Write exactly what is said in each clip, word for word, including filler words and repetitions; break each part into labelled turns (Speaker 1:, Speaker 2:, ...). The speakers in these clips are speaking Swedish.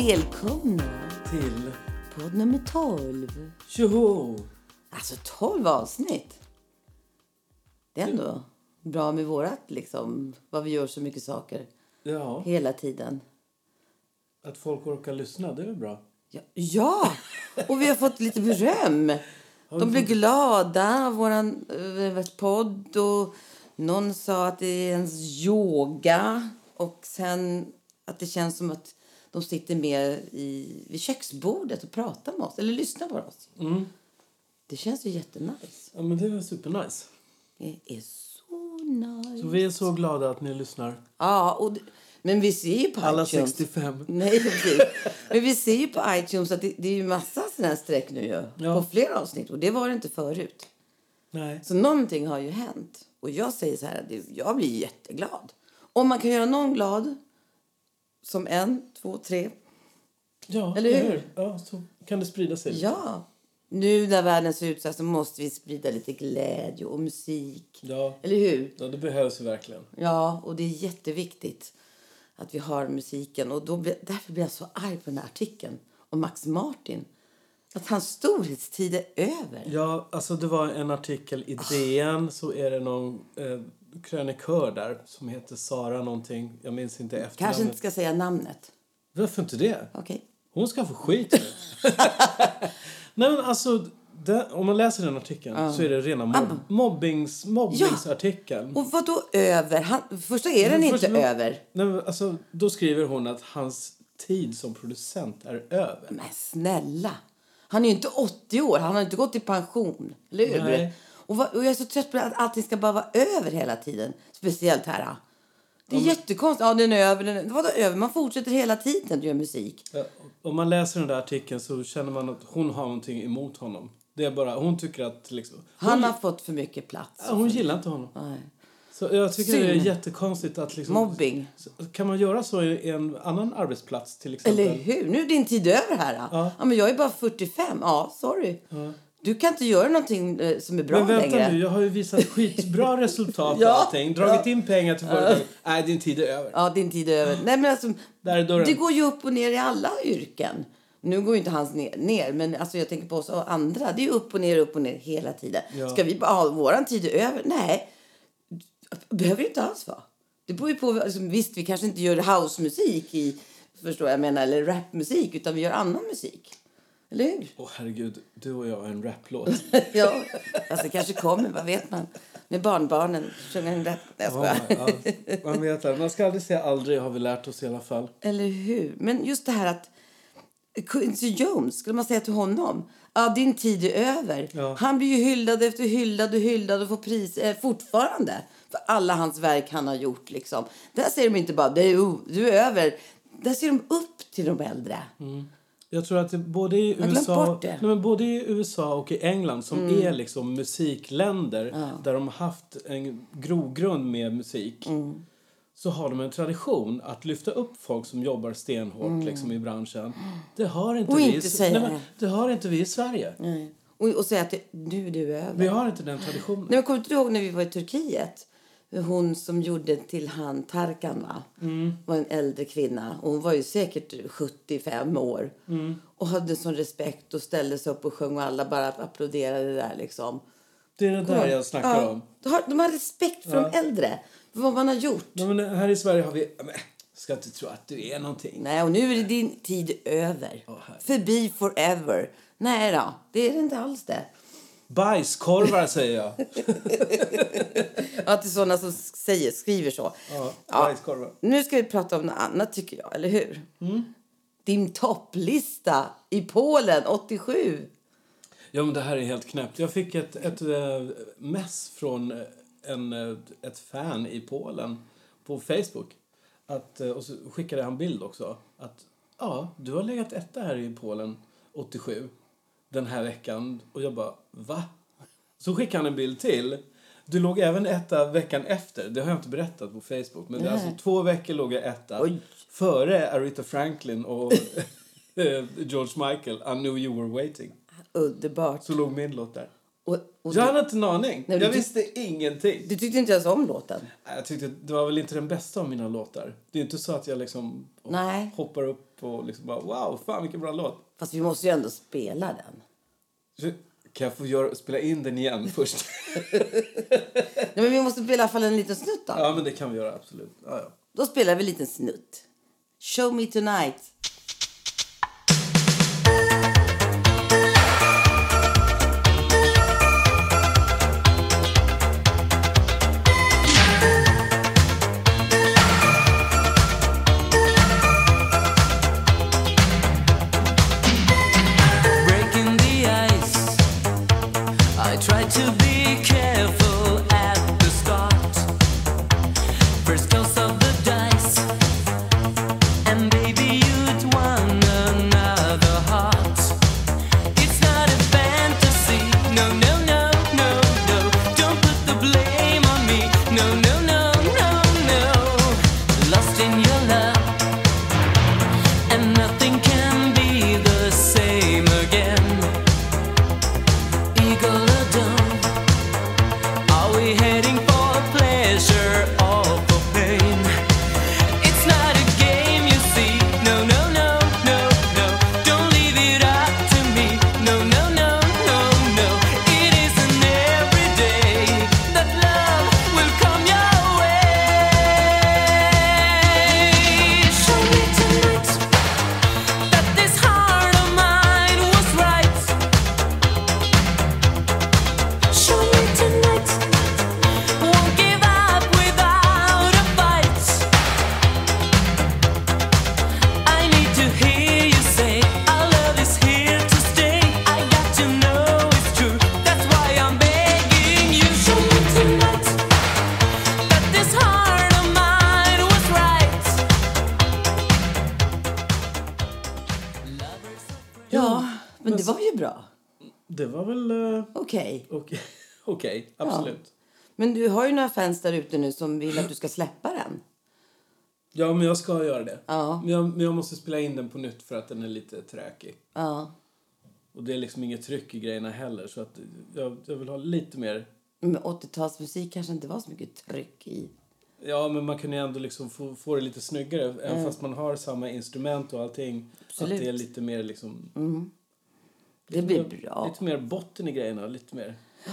Speaker 1: Välkomna
Speaker 2: till
Speaker 1: podd nummer tolv.
Speaker 2: Tjoho!
Speaker 1: Alltså tolv avsnitt. Det är ändå bra med vårat liksom. Vad vi gör så mycket saker.
Speaker 2: Ja.
Speaker 1: Hela tiden.
Speaker 2: Att folk orkar lyssna, det är väl bra.
Speaker 1: Ja, ja. Och vi har fått lite beröm. De blir glada av våran uh, podd. Och någon sa att det är ens yoga. Och sen att det känns som att de sitter med i, vid köksbordet och pratar med oss. Eller lyssnar på oss.
Speaker 2: Mm.
Speaker 1: Det känns ju jättenice.
Speaker 2: Ja, men det var supernice.
Speaker 1: Det är så nice.
Speaker 2: Så vi är så glada att ni lyssnar.
Speaker 1: Ja, och det, men vi ser ju på
Speaker 2: Alla
Speaker 1: iTunes.
Speaker 2: sextiofem.
Speaker 1: Nej, precis. Men vi ser ju på iTunes att det, det är ju massa sådana här streck nu ju.
Speaker 2: Ja.
Speaker 1: På flera avsnitt. Och det var det inte förut.
Speaker 2: Nej.
Speaker 1: Så någonting har ju hänt. Och jag säger så här, det, jag blir jätteglad. Om man kan göra någon glad. Som en, två, tre.
Speaker 2: Ja,
Speaker 1: Eller hur?
Speaker 2: Ja, så kan det sprida sig.
Speaker 1: Ja. Nu när världen ser ut så här så måste vi sprida lite glädje och musik.
Speaker 2: Ja.
Speaker 1: Eller hur?
Speaker 2: Ja, det behövs ju verkligen.
Speaker 1: Ja, och det är jätteviktigt att vi har musiken. Och då, därför blir jag så arg på den här artikeln om Max Martin. Att hans storhetstid är över.
Speaker 2: Ja, alltså det var en artikel i D N. Så är det någon eh, krönikör där som heter Sara någonting. Jag minns inte efternamnet.
Speaker 1: Kanske inte ska säga namnet.
Speaker 2: Varför inte det?
Speaker 1: Okej. Okay.
Speaker 2: Hon ska få skit nu. Nej, men alltså, det, om man läser den artikeln uh. så är det rena mob- mobbings, mobbningsartikeln.
Speaker 1: Ja. Och vad då över? Han, första är den inte
Speaker 2: men,
Speaker 1: över.
Speaker 2: Nej, men, alltså, då skriver hon att hans tid som producent är över.
Speaker 1: Men snälla. Han är ju inte åttio år. Han har inte gått i pension. Eller hur?
Speaker 2: Nej.
Speaker 1: Och, vad, och jag är så trött på att allting ska bara vara över hela tiden. Speciellt här. Det är ja, men... jättekonstigt. Ja, den är över. Den är... Vadå över? Man fortsätter hela tiden att göra musik.
Speaker 2: Ja, om man läser den där artikeln så känner man att hon har någonting emot honom. Det är bara, hon tycker att liksom... Hon...
Speaker 1: Han har fått för mycket plats.
Speaker 2: Ja, hon gillar inte honom.
Speaker 1: Nej.
Speaker 2: Så jag tycker Syn. det är jättekonstigt att liksom...
Speaker 1: Mobbing.
Speaker 2: Kan man göra så i en annan arbetsplats till exempel?
Speaker 1: Eller hur? Nu är din tid över här.
Speaker 2: Ja.
Speaker 1: Ja, men jag är bara fyrtiofem. Ja, sorry. Ja. Du kan inte göra någonting eh, som är bra
Speaker 2: längre. Men vänta
Speaker 1: längre.
Speaker 2: nu, jag har ju visat skitbra resultat
Speaker 1: ja.
Speaker 2: och allting. Dragit ja. in pengar till företag. Ja. Nej, din tid är över.
Speaker 1: Ja, din tid är över. Nej, men alltså,
Speaker 2: Där är dörren.
Speaker 1: Det går ju upp och ner i alla yrken. Nu går ju inte hans ner, ner men alltså jag tänker på oss och andra. Det är ju upp och ner, upp och ner hela tiden. Ja. Ska vi bara ha våran tid över? Nej, behöver inte alls vara. Det beror ju på, alltså, visst vi kanske inte gör housemusik i, förstår jag menar, eller rapmusik, utan vi gör annan musik. Eller hur?
Speaker 2: Åh oh, herregud, du och jag är en raplåt.
Speaker 1: Ja, alltså det kanske kommer, vad vet man. Med barnbarnen sjunger en rap. Jag skojar.
Speaker 2: Ja, ja, man vet det. Man ska aldrig säga aldrig, har vi lärt oss i alla fall.
Speaker 1: Eller hur? Men just det här att Quincy Jones, skulle man säga till honom, ja, din tid är över. Ja. Han blir ju hyllad efter hyllad och hyllad och får pris eh, fortfarande för alla hans verk han har gjort liksom. Där säger de inte bara du är över. Där ser de upp till de äldre.
Speaker 2: Mm. Jag tror att det, både i U S A, nej, men både i U S A och i England som mm. är liksom musikländer ja. där de har haft en grogrund med musik. Mm. Så har de en tradition att lyfta upp folk som jobbar stenhårt mm. liksom i branschen. Det har inte
Speaker 1: och
Speaker 2: vi
Speaker 1: inte säga
Speaker 2: nej, men, det har inte vi i Sverige.
Speaker 1: Nej. Och, och säga att det, nu är du över.
Speaker 2: Vi har inte den traditionen.
Speaker 1: Nej, men kommer du ihåg när vi var i Turkiet? Hon som gjorde till han Tarkan, va? Mm. Var en äldre kvinna. Och hon var ju säkert sjuttiofem år. Mm. Och hade sån respekt och ställde sig upp och sjöng och alla bara applåderade där liksom.
Speaker 2: Det är det där jag snackar
Speaker 1: ja.
Speaker 2: om.
Speaker 1: De har, de har respekt för ja. de äldre. För vad man har gjort.
Speaker 2: Ja, men här i Sverige har vi... Men, ska inte tro att du är någonting.
Speaker 1: Nej, och nu är det din tid över. Oh, förbi forever. Nej då, det är det inte alls det.
Speaker 2: Bajskorvar säger jag.
Speaker 1: Ja, till sådana som säger, skriver så.
Speaker 2: Ja, bajskorvar.
Speaker 1: Ja, nu ska vi prata om något annat tycker jag, eller hur?
Speaker 2: Mm.
Speaker 1: Din topplista i Polen åttiosju.
Speaker 2: Ja, men det här är helt knäppt. Jag fick ett, ett, ett mess från en, ett fan i Polen på Facebook. Att, och så skickade han bild också. Att ja, du har legat etta här i Polen åttiosju den här veckan. Och jag bara, va? Så skickade han en bild till. Du låg även etta veckan efter. Det har jag inte berättat på Facebook. Men det är alltså två veckor låg jag etta. Oj. Före Aretha Franklin och George Michael. I knew you were waiting.
Speaker 1: Underbart.
Speaker 2: Så låg min låt där.
Speaker 1: Och, och
Speaker 2: jag hade inte en aning.
Speaker 1: Nej,
Speaker 2: jag
Speaker 1: du,
Speaker 2: visste ingenting.
Speaker 1: Du tyckte inte ens om låten?
Speaker 2: Jag tyckte det var väl inte den bästa av mina låtar. Det är inte så att jag liksom
Speaker 1: Nej.
Speaker 2: hoppar upp och liksom bara, wow, fan vilken bra låt.
Speaker 1: Fast vi måste ju ändå spela den.
Speaker 2: Så, kan jag få göra, spela in den igen först?
Speaker 1: Nej, men vi måste spela i alla fall en liten snutt då.
Speaker 2: Ja, men det kan vi göra, absolut. Ja, ja.
Speaker 1: Då spelar vi en liten snutt. Show me tonight. Men det var ju bra.
Speaker 2: Det var väl... Uh,
Speaker 1: Okej.
Speaker 2: Okay. Okej, okay. okay, absolut. Ja.
Speaker 1: Men du har ju några fans där ute nu som vill att du ska släppa den.
Speaker 2: Ja, men jag ska göra det.
Speaker 1: Ja.
Speaker 2: Men jag, men jag måste spela in den på nytt för att den är lite träkig.
Speaker 1: Ja.
Speaker 2: Och det är liksom inget tryck i grejerna heller. Så att jag, jag vill ha lite mer...
Speaker 1: Men åttiotalsmusik kanske inte var så mycket tryck i.
Speaker 2: Ja, men man kan ju ändå liksom få, få det lite snyggare. Mm. Även fast man har samma instrument och allting. Absolut. Att det är lite mer liksom...
Speaker 1: Mm. Det blir
Speaker 2: mer,
Speaker 1: bra.
Speaker 2: Lite mer botten i grejerna. Lite mer...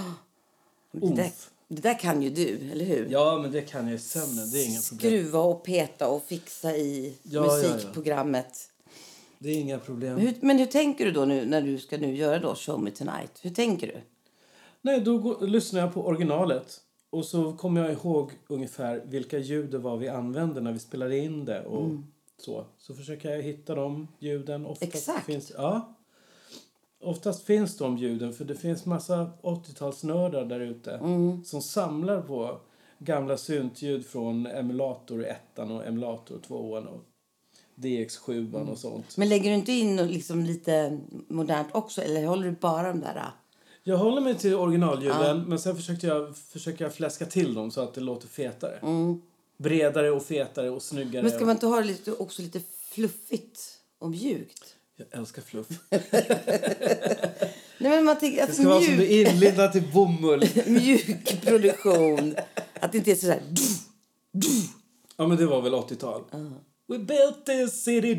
Speaker 1: Det där, det där kan ju du, eller hur?
Speaker 2: Ja, men det kan jag i sömnen. Det är inga problem.
Speaker 1: Skruva och peta och fixa i ja, musikprogrammet.
Speaker 2: Ja, ja. Det är inga problem.
Speaker 1: Men hur, men hur tänker du då nu när du ska nu göra då Show Me Tonight? Hur tänker du?
Speaker 2: Nej, då går, lyssnar jag på originalet. Och så kommer jag ihåg ungefär vilka ljud det var vi använde när vi spelade in det. Och mm. så. Så försöker jag hitta de ljuden. Oftast
Speaker 1: Exakt.
Speaker 2: Finns, ja. Oftast finns de ljuden. För det finns massa åttiotalsnördar där ute. Mm. Som samlar på gamla syntljud från emulator ettan och emulator tvåan och D X sjuan mm. och sånt.
Speaker 1: Men lägger du inte in liksom lite modernt också? Eller håller du bara de där?
Speaker 2: Jag håller mig till originalljuden. Ja. Men sen försöker jag, försöker jag fläska till dem så att det låter fetare. Mm. Bredare och fetare och snyggare.
Speaker 1: Men ska man inte ha det lite, också lite fluffigt och mjukt?
Speaker 2: Jag älskar fluff.
Speaker 1: Nej, men man tänker att
Speaker 2: det ska mjuk... vara som det inlindat i bomull.
Speaker 1: Mjuk produktion. Att det inte är så där...
Speaker 2: Ja, men det var väl åttiotal. Uh. We built this city.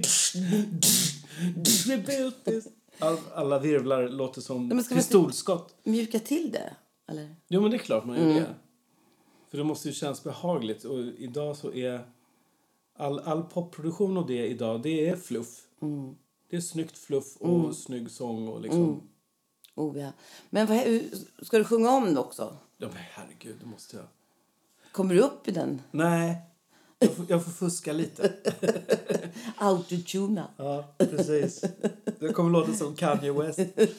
Speaker 2: We built this... All, alla virvlar låter som pistolskott.
Speaker 1: Mjuka till det, eller?
Speaker 2: Jo, men det är klart man gör mm. det. För det måste ju kännas behagligt. Och idag så är... All, all popproduktion och det idag, det är fluff. Mm. Det är snyggt fluff och mm. snygg sång och liksom... Mm.
Speaker 1: Oh, ja. Men vad, ska du sjunga om det också?
Speaker 2: Ja, men herregud, det måste jag.
Speaker 1: Kommer du upp i den?
Speaker 2: Nej, jag får, jag får fuska lite.
Speaker 1: Autotuna.
Speaker 2: Ja, precis. Det kommer låta som Kanye West.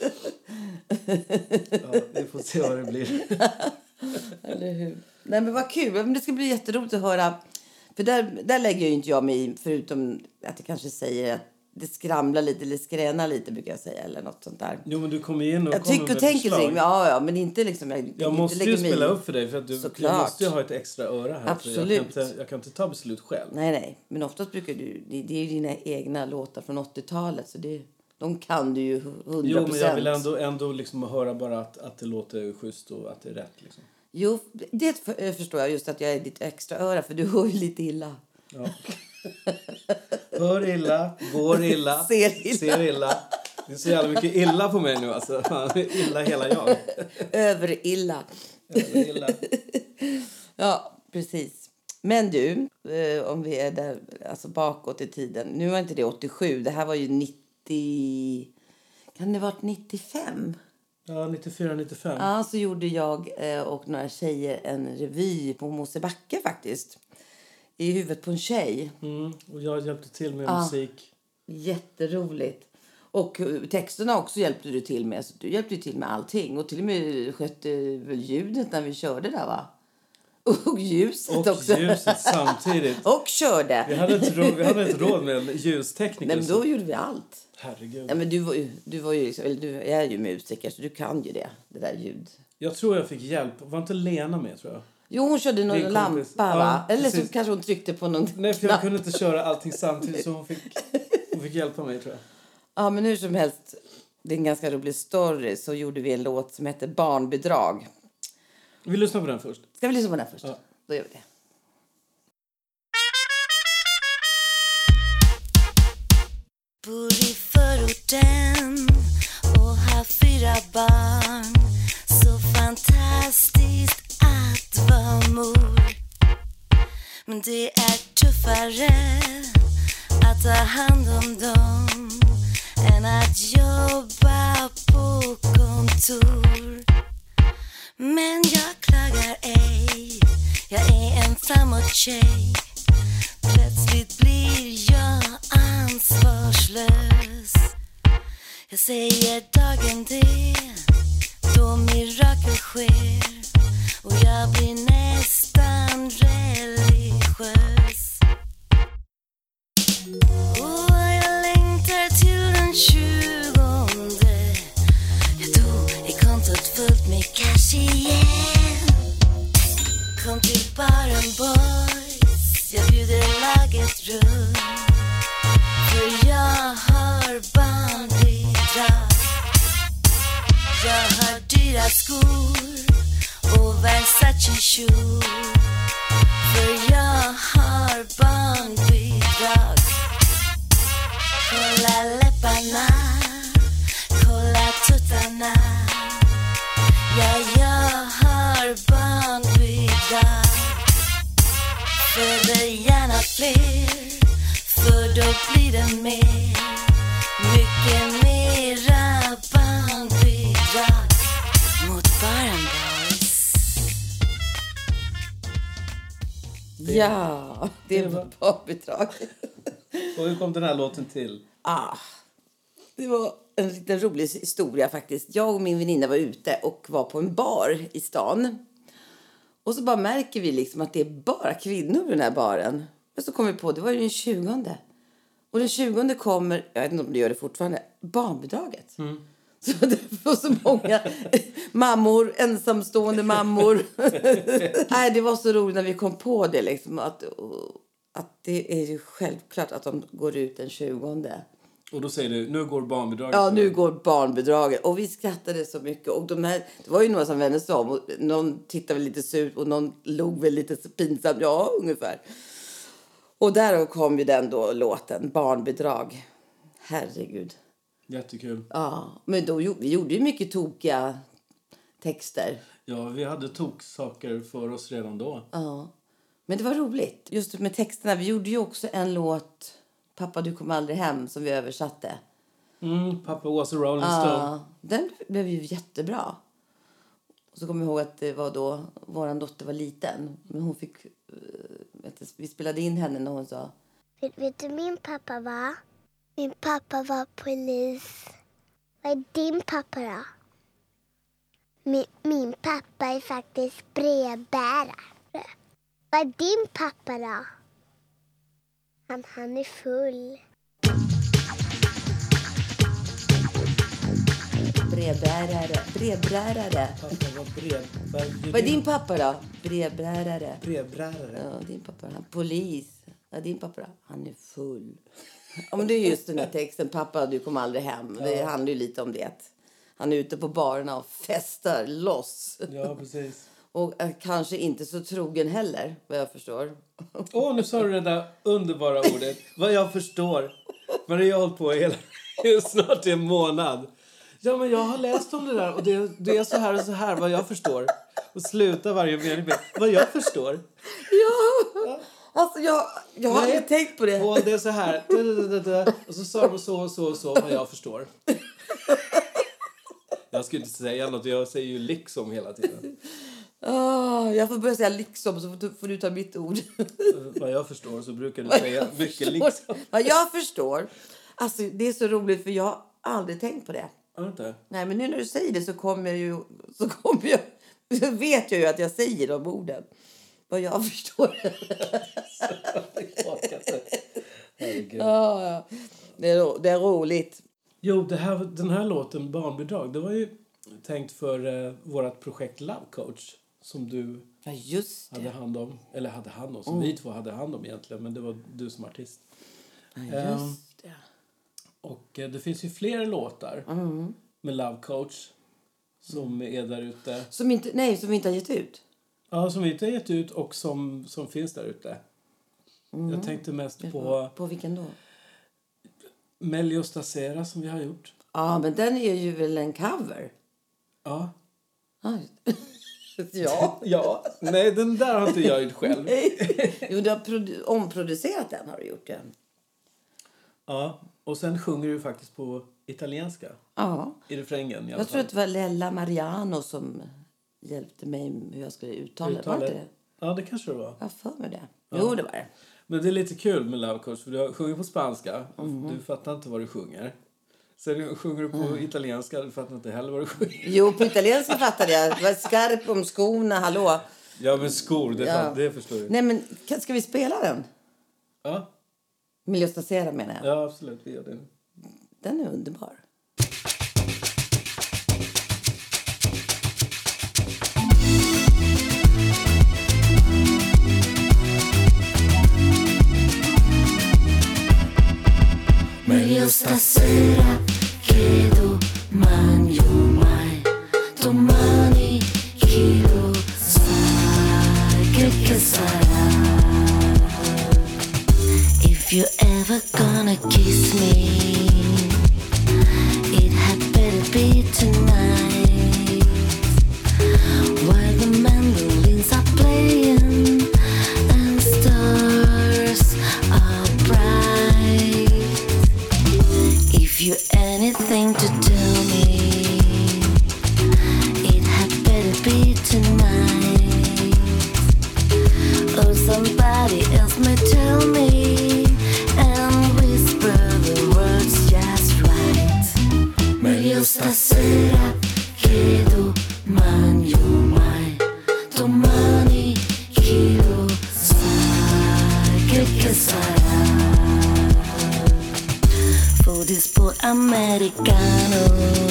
Speaker 2: Ja, vi får se vad det blir.
Speaker 1: Eller hur? Nej, men vad kul. Men det ska bli jätteroligt att höra. För där, där lägger ju inte jag mig i, förutom att jag kanske säger att det skramlar lite eller skränar lite, brukar jag säga, eller något sånt där.
Speaker 2: Jo, men du kommer in och
Speaker 1: jag
Speaker 2: kommer
Speaker 1: tycker och tänker
Speaker 2: förslag.
Speaker 1: Sig, ja, ja, men inte liksom... Jag,
Speaker 2: jag måste ju spela upp för dig, för att du jag måste ju ha ett extra öra här.
Speaker 1: Absolut.
Speaker 2: Jag kan, inte, jag kan inte ta beslut själv.
Speaker 1: Nej, nej. Men oftast brukar du... Det, det är ju dina egna låtar från åttiotalet, så det... De kan du ju hundra procent.
Speaker 2: Jo, men jag vill ändå, ändå liksom höra bara att, att det låter schysst och att det är rätt. Liksom.
Speaker 1: Jo, det förstår jag, just att jag är ditt extra öra, för du hör ju lite illa.
Speaker 2: Ja. Hör illa, går illa,
Speaker 1: ser illa.
Speaker 2: Ser illa. Det är så jävla mycket illa på mig nu. Alltså. Illa hela jag.
Speaker 1: Överilla.
Speaker 2: Överilla.
Speaker 1: Ja, precis. Men du, eh, om vi är där alltså bakåt i tiden. Nu var inte det åttiosju, det här var ju nittio... Kan det ha varit nittiofem?
Speaker 2: Ja, nittiofyra nittiofem.
Speaker 1: Ja, så gjorde jag eh, och några tjejer en revy på Mosebacke faktiskt. I huvudet på en tjej.
Speaker 2: Mm, och jag hjälpte till med
Speaker 1: ja,
Speaker 2: musik.
Speaker 1: Jätteroligt. Och texterna också hjälpte du till med. Så du hjälpte ju till med allting. Och till och med skötte väl ljudet när vi körde där, va? Och ljuset
Speaker 2: och
Speaker 1: också.
Speaker 2: Och ljuset samtidigt.
Speaker 1: Och körde.
Speaker 2: Vi hade ett råd, vi hade ett råd med en ljustekniker.
Speaker 1: Nej, men då gjorde vi allt.
Speaker 2: Herregud.
Speaker 1: Ja, men du var ju, du var ju liksom, eller du är ju musiker, så du kan ju det. Det där ljud.
Speaker 2: Jag tror jag fick hjälp. Var inte Lena med, tror jag?
Speaker 1: Jo, hon körde någon lampa, va?
Speaker 2: Ja,
Speaker 1: eller så kanske hon tryckte på någon.
Speaker 2: Nej, för jag kunde inte köra allting samtidigt, så hon fick, hon fick hjälpa mig, tror jag.
Speaker 1: Ja, men hur som helst, det är en ganska rolig story. Så gjorde vi en låt som heter Barnbidrag.
Speaker 2: Vi lyssnar på den först.
Speaker 1: Ska vi lyssna på den först?
Speaker 2: Ja.
Speaker 1: Då gör vi det.
Speaker 3: Bor i förorten och har fyra barn. Så fantastiskt att vara mor. Men det är tuffare att ta hand om dem än att jobba på kontor. Men jag klagar ej, jag är en framåt tjej. Plötsligt blir jag ansvarslös. Jag säger dagen det, då mirakel sker. Och jag blir nästan religiös. Och jag längtar till den tjugonde. Ja, då är kontot fullt med cash igen. Kom till baren boys, jag bjuder laget runt. För jag har barnbidrag. Jag har dyra skor och Versace-kjol. För jag har barnbidrag. Kolla läpparna, kolla tuttarna. Ja, jag har barnbidrag. Föder gärna fler, för då blir det mer. Mycket mera barnbidrag mot baren boys.
Speaker 1: Ja, det var barnbidrag.
Speaker 2: Och hur kom den här låten till?
Speaker 1: Ah, det var en liten rolig historia faktiskt. Jag och min väninna var ute och var på en bar i stan. Och så bara märker vi liksom att det är bara kvinnor i den här baren. Och så kom vi på, det var ju den tjugonde. Och den tjugonde kommer, jag vet inte om det gör det fortfarande, barnbidraget. Mm. Så det var så många mammor, ensamstående mammor. Nej, det var så roligt när vi kom på det liksom. Att, att det är ju självklart att de går ut den tjugonde.
Speaker 2: Och då säger du, nu går barnbidraget.
Speaker 1: Ja, nu går barnbidraget. Och vi skrattade så mycket. Och de här, det var ju några som vände sig om. Och någon tittade väl lite surt och någon log väl lite pinsamt. Ja, ungefär. Och där kom ju den då låten, Barnbidrag. Herregud.
Speaker 2: Jättekul.
Speaker 1: Ja, men då, vi gjorde ju mycket tokiga texter.
Speaker 2: Ja, vi hade toksaker för oss redan då.
Speaker 1: Ja, men det var roligt. Just med texterna, vi gjorde ju också en låt, Pappa du kom aldrig hem, som vi översatte.
Speaker 2: Mm, Pappa was a Rolling Stone.
Speaker 1: Ja, den blev ju jättebra. Och så kommer jag ihåg att det var då våran dotter var liten. Men hon fick, vet du, vi spelade in henne när hon sa.
Speaker 4: Vet, vet du min pappa var? Min pappa var polis. Vad är din pappa då? Min, min pappa är faktiskt brevbärare. Vad är din pappa då? Han, han är full.
Speaker 1: Brevbärare. Brevbärare.
Speaker 2: Pappa var brev. Vad
Speaker 1: Vad är din pappa då? Brevbärare.
Speaker 2: Brevbärare.
Speaker 1: Ja, din pappa. Han polis. Ja, din pappa då? Han är full. Ja, men det är just den här texten. Pappa, du kommer aldrig hem. Det handlar ju lite om det. Han är ute på barerna och festar loss.
Speaker 2: Ja, precis.
Speaker 1: Och är kanske inte så trogen heller, vad jag förstår.
Speaker 2: Åh, nu sa du det där underbara ordet. Vad jag förstår. Vad jag har hållit på hela snart en månad. Ja, men jag har läst om det där. Och det, det är så här och så här, vad jag förstår. Och sluta varje mening med vad jag förstår.
Speaker 1: Ja, alltså jag, jag har aldrig tänkt på det.
Speaker 2: Paul, det är så här. Och så sa de så och så och så, vad jag förstår. Jag ska inte säga något, jag säger ju liksom hela tiden.
Speaker 1: Oh, jag får börja säga liksom, så får du, får du ta mitt ord.
Speaker 2: Vad jag förstår så brukar du säga mycket liksom.
Speaker 1: Vad jag förstår. Alltså det är så roligt för jag har aldrig tänkt på det.
Speaker 2: Har inte?
Speaker 1: Nej, men nu när du säger det så kommer jag ju, så kommer jag, så vet jag ju att jag säger de orden. Vad jag förstår. Ja, ja. Det är, det är roligt.
Speaker 2: Jo, det här, den här låten Barnbidrag, det var ju tänkt för eh, vårt projekt Love Coach som du
Speaker 1: Ja, just det.
Speaker 2: hade hand om. Eller hade hand om, som
Speaker 1: Mm.
Speaker 2: vi två hade hand om egentligen. Men det var du som artist.
Speaker 1: Ja,
Speaker 2: Ehm,
Speaker 1: just det.
Speaker 2: Och eh, det finns ju fler låtar
Speaker 1: Mm.
Speaker 2: med Love Coach som är där ute.
Speaker 1: Som inte, nej, som vi inte har gett ut.
Speaker 2: Ja, som vi inte har gett ut och som, som finns där ute.
Speaker 1: Mm.
Speaker 2: Jag tänkte mest på
Speaker 1: På vilken då?
Speaker 2: Melio Stasera som vi har gjort.
Speaker 1: Ja, men den är ju väl en cover.
Speaker 2: Ja.
Speaker 1: Ja. Ja.
Speaker 2: Ja, nej den där har inte jag gjort själv.
Speaker 1: Jo, du har produ- omproducerat den har du gjort den.
Speaker 2: Ja, och sen sjunger du faktiskt på italienska.
Speaker 1: Ja.
Speaker 2: I refrängen i alla
Speaker 1: Jag tror
Speaker 2: fall.
Speaker 1: att det var Lella Mariano som hjälpte mig med hur jag skulle uttala det. Var
Speaker 2: Uttalet.
Speaker 1: inte det?
Speaker 2: Ja, det kanske det var.
Speaker 1: Jag har för mig det. Jo, det var det.
Speaker 2: Men det är lite kul med Love Coach för du sjunger på spanska. Du fattar inte vad du sjunger. Sen sjunger du på
Speaker 1: Mm.
Speaker 2: italienska. Du fattar inte heller vad du sjunger.
Speaker 1: Jo, på italienska fattade jag. Det var skarp om skorna, hallå.
Speaker 2: Ja, men skor, det,
Speaker 1: Ja.
Speaker 2: fatt, det förstår du.
Speaker 1: Nej, men kan- ska vi spela den?
Speaker 2: Ja,
Speaker 1: Melio Stasera menar jag.
Speaker 2: ja, absolut. Vi gör det.
Speaker 1: Den är underbar.
Speaker 3: Meglio stasera che domani mai, domani chi lo sa che, che sarà. If you're ever gonna kiss me, it had better be tonight. While the mandolins are playing and stars are bright. If you anything to tell me, it had better be tonight. Or somebody else may tell me and whisper the words just right. Meglio stasera che domani mai, domani chi lo sa che, che sarà. For this poor Americano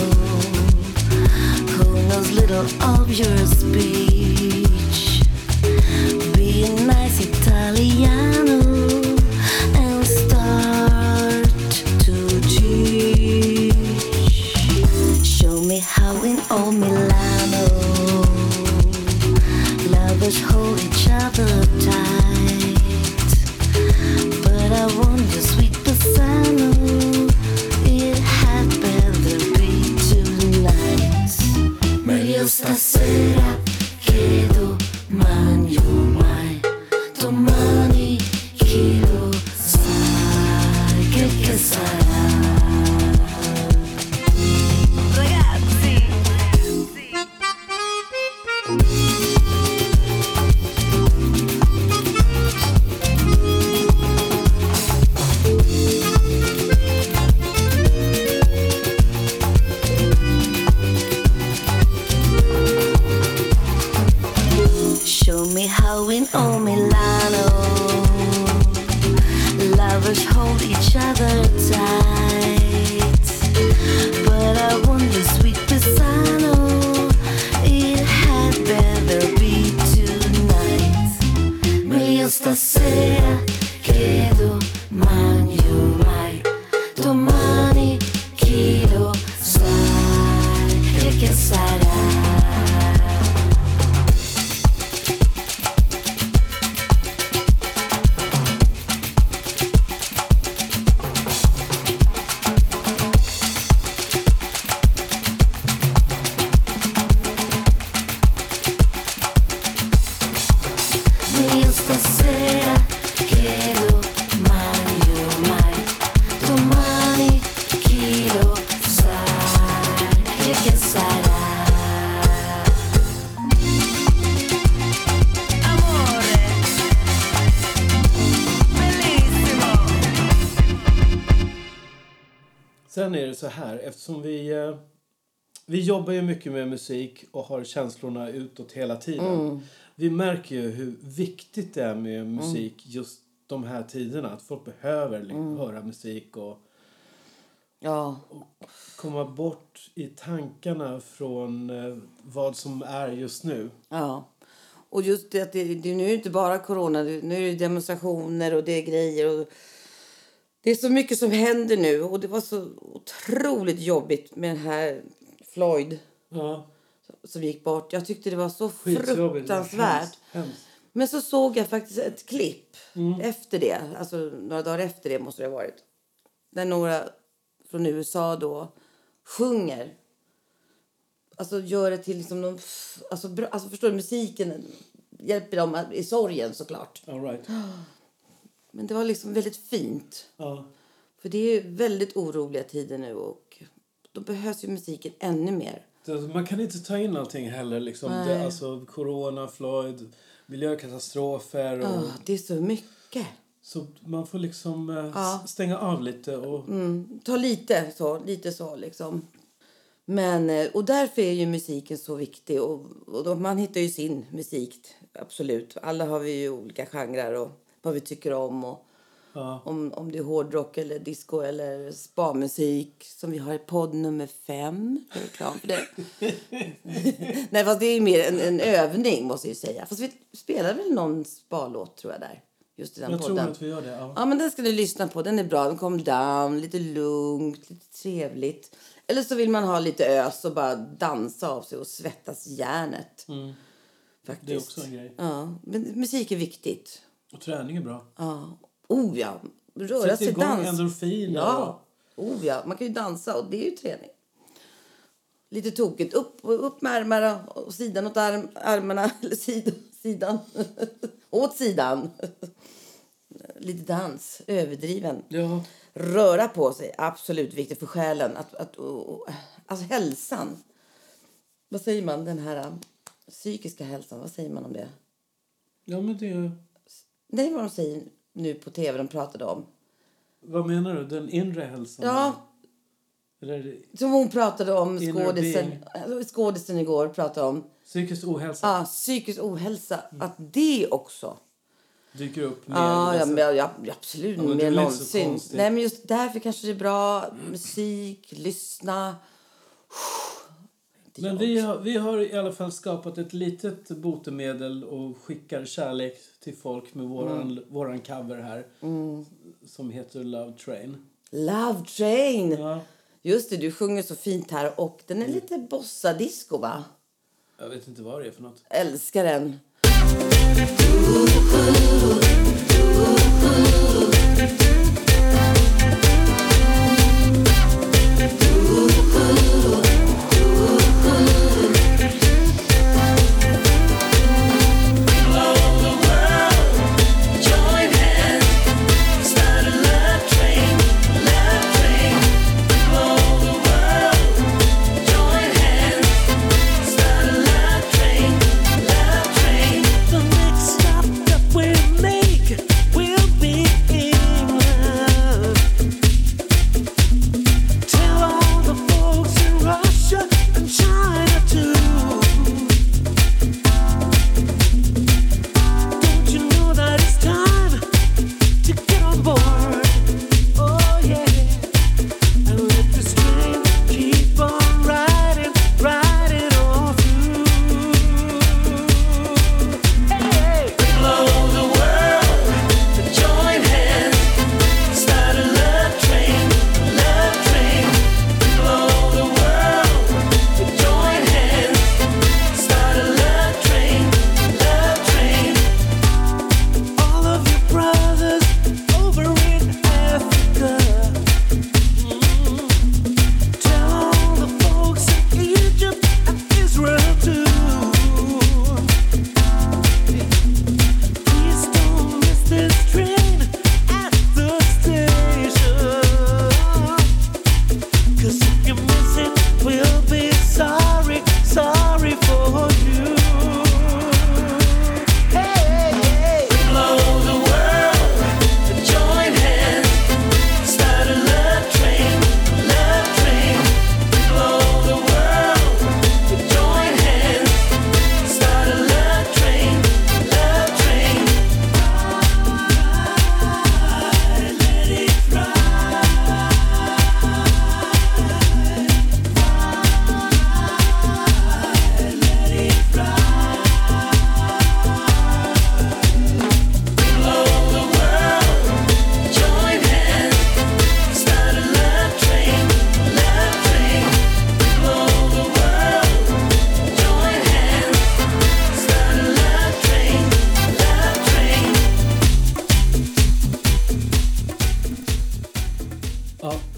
Speaker 3: who knows little of your speech, be a nice Italiano and start to teach. Show me how in old Milano lovers hold each other tight. But I want your sweet Pisano, it had better be tonight. Meglio stasera che domani mai, domani chi lo sa che, che sarà. Ragazzi, show me how in old Milano lovers hold each other tight. But I want the sweet Pisano, it had better be tonight. Meglio stasera che domani mai,
Speaker 2: sen är det så här, eftersom vi, eh, vi jobbar ju mycket med musik och har känslorna utåt hela tiden. Mm. Vi märker ju hur viktigt det är med musik mm. just de här tiderna. Att folk behöver liksom, mm. höra musik och,
Speaker 1: ja.
Speaker 2: och komma bort i tankarna från eh, vad som är just nu.
Speaker 1: Ja. Och just det att det, det, nu är det inte bara corona, nu är det demonstrationer och det är grejer. Och det är så mycket som händer nu och det var så otroligt jobbigt med den här Floyd
Speaker 2: ja.
Speaker 1: som gick bort. Jag tyckte det var så fruktansvärt.
Speaker 2: Hemskt, hemskt.
Speaker 1: Men så såg jag faktiskt ett klipp
Speaker 2: mm.
Speaker 1: efter det, alltså några dagar efter det måste det ha varit. Där några från U S A då sjunger. Alltså gör det till liksom någon, alltså, alltså förstår du, musiken hjälper dem i sorgen såklart.
Speaker 2: All right.
Speaker 1: Men det var liksom väldigt fint.
Speaker 2: Ja.
Speaker 1: För det är väldigt oroliga tider nu och då behövs ju musiken ännu mer.
Speaker 2: Man kan inte ta in allting heller liksom. Det, alltså corona, Floyd, miljökatastrofer och...
Speaker 1: Oh, det är så mycket.
Speaker 2: Så man får liksom eh,
Speaker 1: ja.
Speaker 2: stänga av lite och...
Speaker 1: Mm, ta lite så, lite så liksom. Men, och därför är ju musiken så viktig. Och, och då, man hittar ju sin musik, absolut. Alla har vi ju olika genrer och vad vi tycker om. Och,
Speaker 2: ja.
Speaker 1: om, om det är hårdrock eller disco eller spa-musik som vi har i podd nummer fem. Reklam för det. Nej, fast det är mer en, en övning måste jag ju säga. Fast vi spelar väl någon spa-låt tror jag där. Just i den
Speaker 2: jag
Speaker 1: podden.
Speaker 2: tror att vi gör det, ja.
Speaker 1: Ja, men den ska du lyssna på. Den är bra. Den kommer down, lite lugnt, lite trevligt. Eller så vill man ha lite ös och bara dansa av sig och svettas hjärnet.
Speaker 2: Mm.
Speaker 1: Faktiskt.
Speaker 2: Det är också en grej.
Speaker 1: Ja, men musik är viktigt.
Speaker 2: Och träning är bra.
Speaker 1: Ja. Oh ja. Röra
Speaker 2: sätt
Speaker 1: sig,
Speaker 2: igång
Speaker 1: dans.
Speaker 2: endorfin.
Speaker 1: Ja. Oh ja. Man kan ju dansa och det är ju träning. Lite tokigt. Upp, upp med armarna och sidan åt arm, armarna. Eller sid, sidan. åt sidan. Lite dans. Överdriven.
Speaker 2: Ja.
Speaker 1: Röra på sig. Absolut viktigt för själen. Att, att, och, alltså hälsan. Vad säger man? Den här um, psykiska hälsan. Vad säger man om det?
Speaker 2: Ja, men det...
Speaker 1: Nej, vad de säger nu på tv de pratade om.
Speaker 2: Vad menar du? Den inre hälsan?
Speaker 1: Ja.
Speaker 2: Eller...
Speaker 1: Som hon pratade om skådisen, skådisen igår pratade om.
Speaker 2: Psykisk ohälsa.
Speaker 1: Ja, psykisk ohälsa. Mm. Att det också
Speaker 2: dyker upp mer.
Speaker 1: Ja, ja, men, ja, ja absolut.
Speaker 2: Ja,
Speaker 1: mer någonsin. Nej, men just därför kanske det är bra. Musik, lyssna.
Speaker 2: Men vi har, vi har i alla fall skapat ett litet botemedel och skickar kärlek till folk med våran, mm. våran cover här.
Speaker 1: Mm.
Speaker 2: Som heter Love Train.
Speaker 1: Love Train!
Speaker 2: Ja.
Speaker 1: Just det, du sjunger så fint här. Och den är lite bossa disco, va?
Speaker 2: Jag vet inte vad det är för något.
Speaker 1: Älskar den.
Speaker 3: With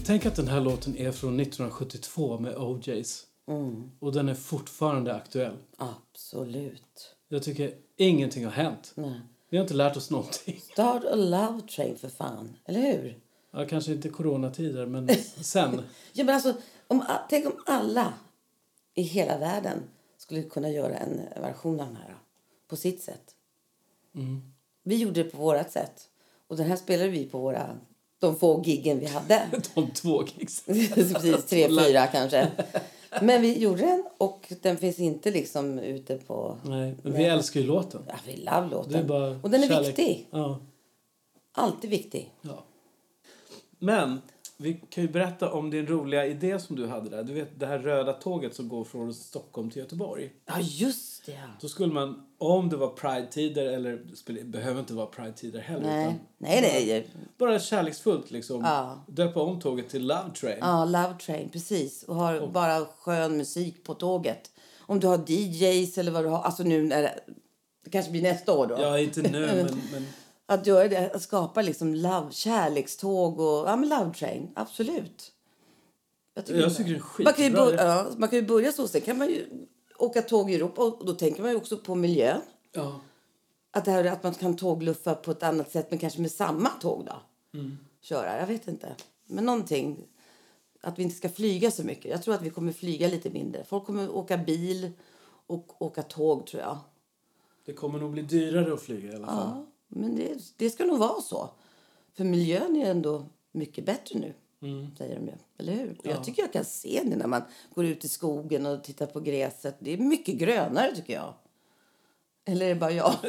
Speaker 2: Tänk att den här låten är från nittonhundrasjuttiotvå med O J's.
Speaker 1: Mm.
Speaker 2: Och den är fortfarande aktuell.
Speaker 1: Absolut.
Speaker 2: Jag tycker ingenting har hänt.
Speaker 1: Nej.
Speaker 2: Vi har inte lärt oss någonting.
Speaker 1: Start a love train för fan. Eller hur?
Speaker 2: Ja, kanske inte coronatider, men sen.
Speaker 1: Ja, men alltså, om, tänk om alla i hela världen skulle kunna göra en version av den här på sitt sätt.
Speaker 2: Mm.
Speaker 1: Vi gjorde det på vårat sätt. Och den här spelade vi på våra, de få giggen vi hade.
Speaker 2: De två gigs.
Speaker 1: Precis, tre, fyra kanske. Men vi gjorde den och den finns inte liksom ute på...
Speaker 2: Nej, men vi älskar ju låten.
Speaker 1: Ja, vi love låten.
Speaker 2: Det är bara
Speaker 1: och den är
Speaker 2: kärlek.
Speaker 1: viktig.
Speaker 2: Ja.
Speaker 1: Alltid viktig.
Speaker 2: Ja. Men vi kan ju berätta om din roliga idé som du hade där. Du vet det här röda tåget som går från Stockholm till Göteborg.
Speaker 1: Ja, just det.
Speaker 2: Då skulle man, om det var Pride-tider, eller det behöver inte vara Pride-tider heller.
Speaker 1: Nej,
Speaker 2: utan
Speaker 1: nej, nej.
Speaker 2: bara kärleksfullt liksom.
Speaker 1: Ja.
Speaker 2: Döpa om tåget till Love Train.
Speaker 1: Ja, Love Train, precis. Och har och. bara skön musik på tåget. Om du har D Js eller vad du har. Alltså nu när det, det kanske blir nästa år då.
Speaker 2: Ja, inte nu, men... men...
Speaker 1: Att göra det, att skapa liksom love, kärlekståg och... Ja, men Love Train, absolut.
Speaker 2: Jag tycker, jag tycker det är skitbra.
Speaker 1: Man kan ju börja, ja, man kan ju börja så. Sen kan man ju åka tåg i Europa. Och då tänker man ju också på miljön.
Speaker 2: Ja.
Speaker 1: Att, det här, att man kan tågluffa på ett annat sätt. Men kanske med samma tåg då.
Speaker 2: Mm.
Speaker 1: Köra, jag vet inte. Men någonting. Att vi inte ska flyga så mycket. Jag tror att vi kommer flyga lite mindre. Folk kommer åka bil och åka tåg, tror jag.
Speaker 2: Det kommer nog bli dyrare att flyga i alla fall.
Speaker 1: Ja, men det, det ska nog vara så. För miljön är ändå mycket bättre nu. Mm. Säger de ju. Eller hur? Ja. Jag tycker jag kan se det när man går ut i skogen och tittar på gräset. Det är mycket grönare, tycker jag. Eller är det bara jag?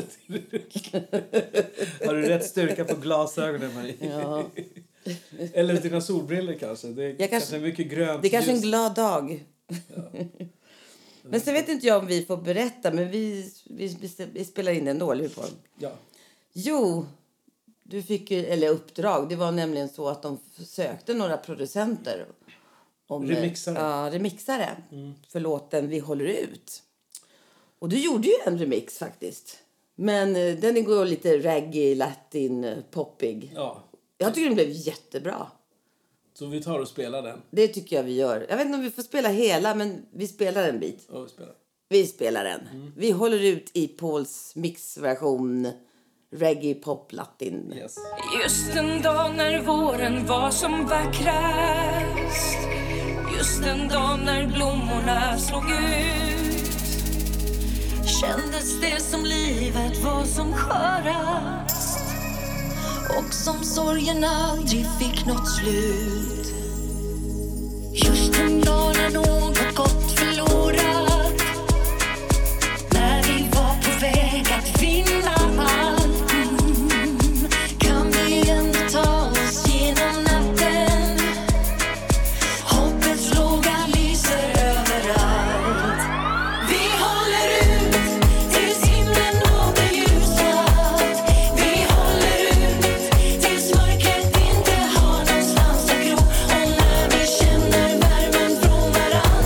Speaker 2: Har du rätt styrka på glasögonen, Marie?
Speaker 1: Ja.
Speaker 2: Eller dina solbriller kanske. Det är
Speaker 1: jag
Speaker 2: kanske mycket grönt.
Speaker 1: Det är kanske
Speaker 2: ljus.
Speaker 1: en glad dag. Ja. Men sen vet inte jag om vi får berätta. Men vi, vi, vi spelar in ändå, eller hur på?
Speaker 2: Ja.
Speaker 1: Jo, du fick ju, eller uppdrag. Det var nämligen så att de sökte några producenter. Om,
Speaker 2: remixare.
Speaker 1: Ja, remixare. Mm. För låten Vi håller ut. Och du gjorde ju en remix faktiskt. Men den går lite reggae, latin, poppig.
Speaker 2: Ja.
Speaker 1: Jag tycker den blev jättebra.
Speaker 2: Så vi tar och spelar den.
Speaker 1: Det tycker jag vi gör. Jag vet inte om vi får spela hela, men vi spelar en bit.
Speaker 2: Ja, vi spelar.
Speaker 1: Vi spelar den. Mm. Vi håller ut i Pauls mixversion reggae, pop, latin.
Speaker 2: Yes.
Speaker 5: Just en dag när våren var som vackrast. Just en dag när blommorna slog ut. Kändes det som livet var som skörast. Och som sorgen aldrig fick något slut. Just en dag när något gått förlorat. När vi var på väg att vinna allt. Mm. Kan vi ändå ta oss genom natten. Hoppets låga lyser överallt. Vi håller ut tills himlen åter ljusat. Vi håller ut tills mörkret inte har någonstans att gro. Och när vi känner värmen från varandra.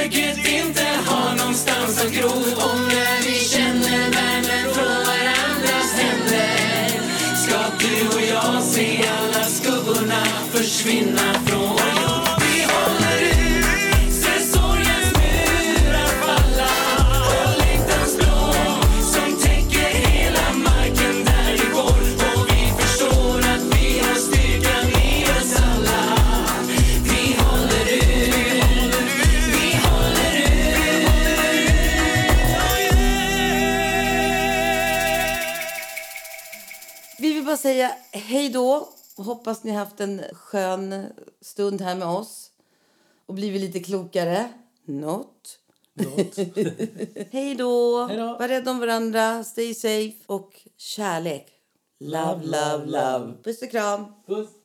Speaker 5: mörkret inte har någonstans att gro. Och när vi känner värmen från varandras händer ska du och jag se alla skuggorna försvinna från vår jord. Vi håller ut, ser sorgens murar falla och längtans blå som täcker hela marken där vi går. Och vi förstår att vi har styrkan i oss alla. Vi håller ut, vi håller ut.
Speaker 1: Vi vill bara säga hej då. Och hoppas ni har haft en skön stund här med oss. Och blivit lite klokare. Något.
Speaker 2: Något.
Speaker 1: Hej då.
Speaker 2: Hej då.
Speaker 1: Var rädda om varandra. Stay safe. Och kärlek. Love, love, love. Puss och kram.
Speaker 2: Puss.